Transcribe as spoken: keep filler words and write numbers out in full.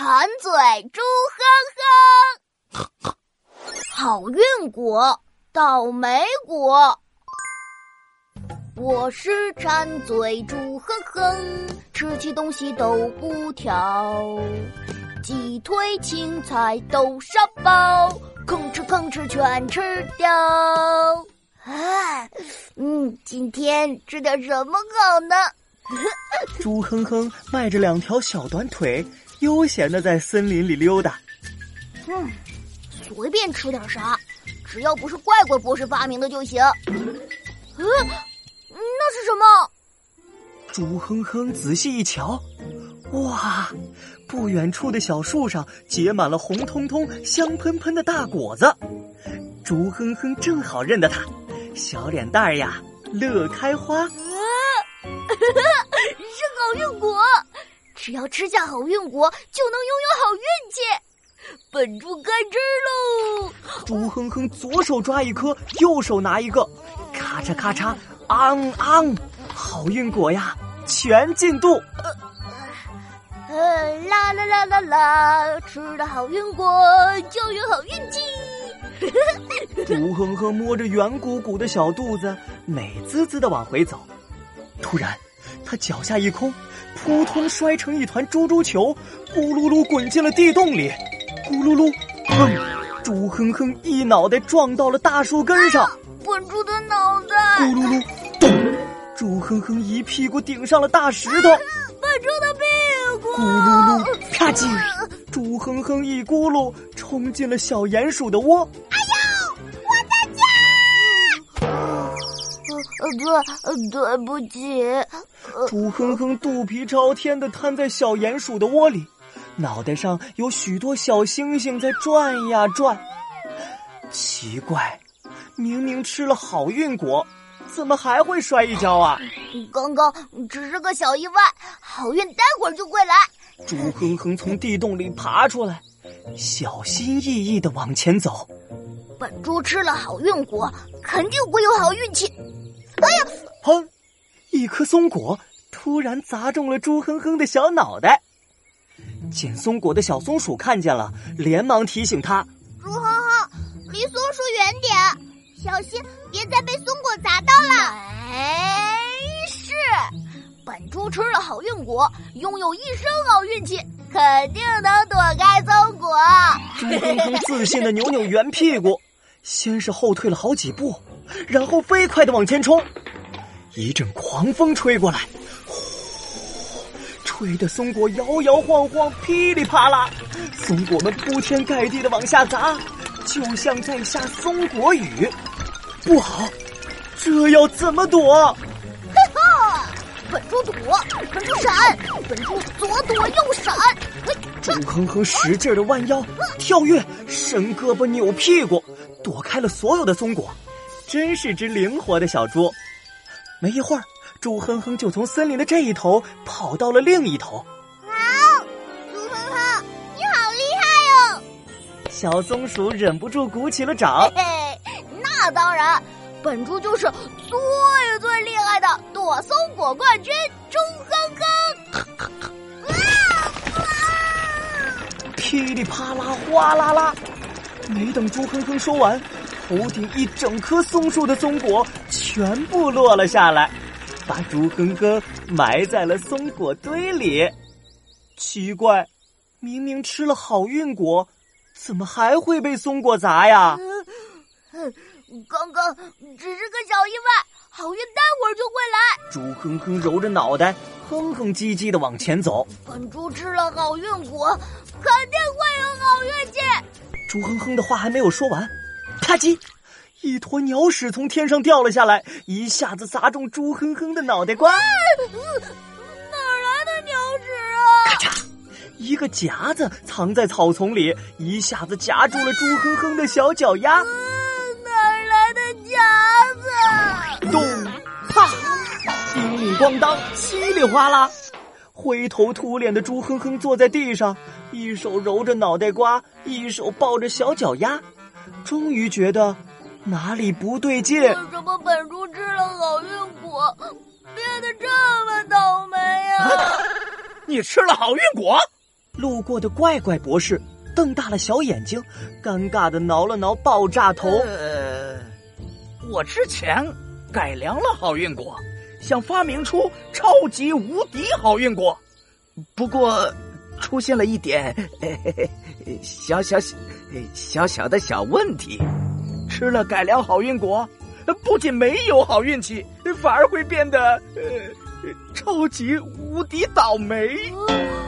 馋嘴猪哼哼。好运果，倒霉果。我是馋嘴猪哼哼，吃起东西都不挑，鸡腿、青菜、豆沙包，吭哧吭哧全吃掉。啊，嗯，今天吃点什么好呢？ 猪哼哼迈着两条小短腿，悠闲地在森林里溜达。 嗯，随便吃点啥，只要不是怪怪博士发明的就行。嗯，那是什么？ 猪哼哼仔细一瞧，哇，不远处的小树上结满了红彤彤、香喷喷的大果子。猪哼哼正好认得它，小脸蛋呀，乐开花。 啊，是好运果，只要吃下好运果，就能拥有好运气。本猪该吃喽！ 猪哼哼左手抓一颗，右手拿一个，咔嚓咔嚓，昂昂，好运果呀，全进肚。 呃呃，啦啦啦啦啦，吃了好运果就有好运气。 猪哼哼摸着圆鼓鼓的小肚子，美滋滋地往回走。突然，他脚下一空，扑通摔成一团猪猪球，咕噜噜滚进了地洞里。咕噜噜，砰！猪哼哼一脑袋撞到了大树根上。 本猪的脑袋！ 咕噜噜，咚！猪哼哼一屁股顶上了大石头。 本猪的屁股！ 咕噜噜，啪叽！猪哼哼一咕噜冲进了小鼹鼠的窝。 哎呦，我的家！呃，对，对不起。 猪哼哼肚皮朝天地瘫在小鼹鼠的窝里，脑袋上有许多小星星在转呀转。奇怪，明明吃了好运果，怎么还会摔一跤啊？ 刚刚只是个小意外，好运待会儿就会来。 猪哼哼从地洞里爬出来，小心翼翼地往前走。 本猪吃了好运果，肯定会有好运气。哎呀！ 砰！一颗松果突然砸中了猪哼哼的小脑袋。捡松果的小松鼠看见了，连忙提醒他： 猪哼哼，离松鼠远点，小心别再被松果砸到了。没事，本猪吃了好运果，拥有一身好运气，肯定能躲开松果。 猪哼哼自信地扭扭圆屁股，先是后退了好几步，然后飞快地往前冲。一阵狂风吹过来，呼，吹得松果摇摇晃晃，噼里啪啦，松果们铺天盖地地往下砸，就像在下松果雨。不好，这要怎么躲？ 哈哈，本猪躲，本猪闪，本猪左躲右闪。 猪哼哼使劲地弯腰跳跃，伸胳膊扭屁股，躲开了所有的松果，真是只灵活的小猪。没一会儿，猪哼哼就从森林的这一头跑到了另一头。 好，猪哼哼，你好厉害哦！ 小松鼠忍不住鼓起了掌。 嘿嘿，那当然，本猪就是最最厉害的躲松果冠军猪哼哼。 噼里啪啦，哗啦啦，没等猪哼哼说完，头顶一整棵松树的松果全部落了下来，把猪哼哼埋在了松果堆里。奇怪，明明吃了好运果，怎么还会被松果砸呀？ 嗯，刚刚只是个小意外，好运待会儿就会来。 猪哼哼揉着脑袋，哼哼唧唧地往前走。 本猪吃了好运果，肯定会有好运气。 猪哼哼的话还没有说完，啪叽，一坨鸟屎从天上掉了下来，一下子砸中猪哼哼的脑袋瓜。 啊嗯、哪来的鸟屎啊？ 咔嚓，一个夹子藏在草丛里，一下子夹住了猪哼哼的小脚丫。 嗯、哪来的夹子？ 咚，啪，叮铃咣当，稀里哗啦。灰头土脸的猪哼哼坐在地上，一手揉着脑袋瓜，一手抱着小脚丫，终于觉得哪里不对劲。为什么本猪吃了好运果，变得这么倒霉啊？ 你吃了好运果？ 路过的怪怪博士瞪大了小眼睛，尴尬地挠了挠爆炸头。 呃，我之前改良了好运果，想发明出超级无敌好运果，不过出现了一点呃小小小小的小问题。吃了改良好运果，不仅没有好运气，反而会变得呃超级无敌倒霉。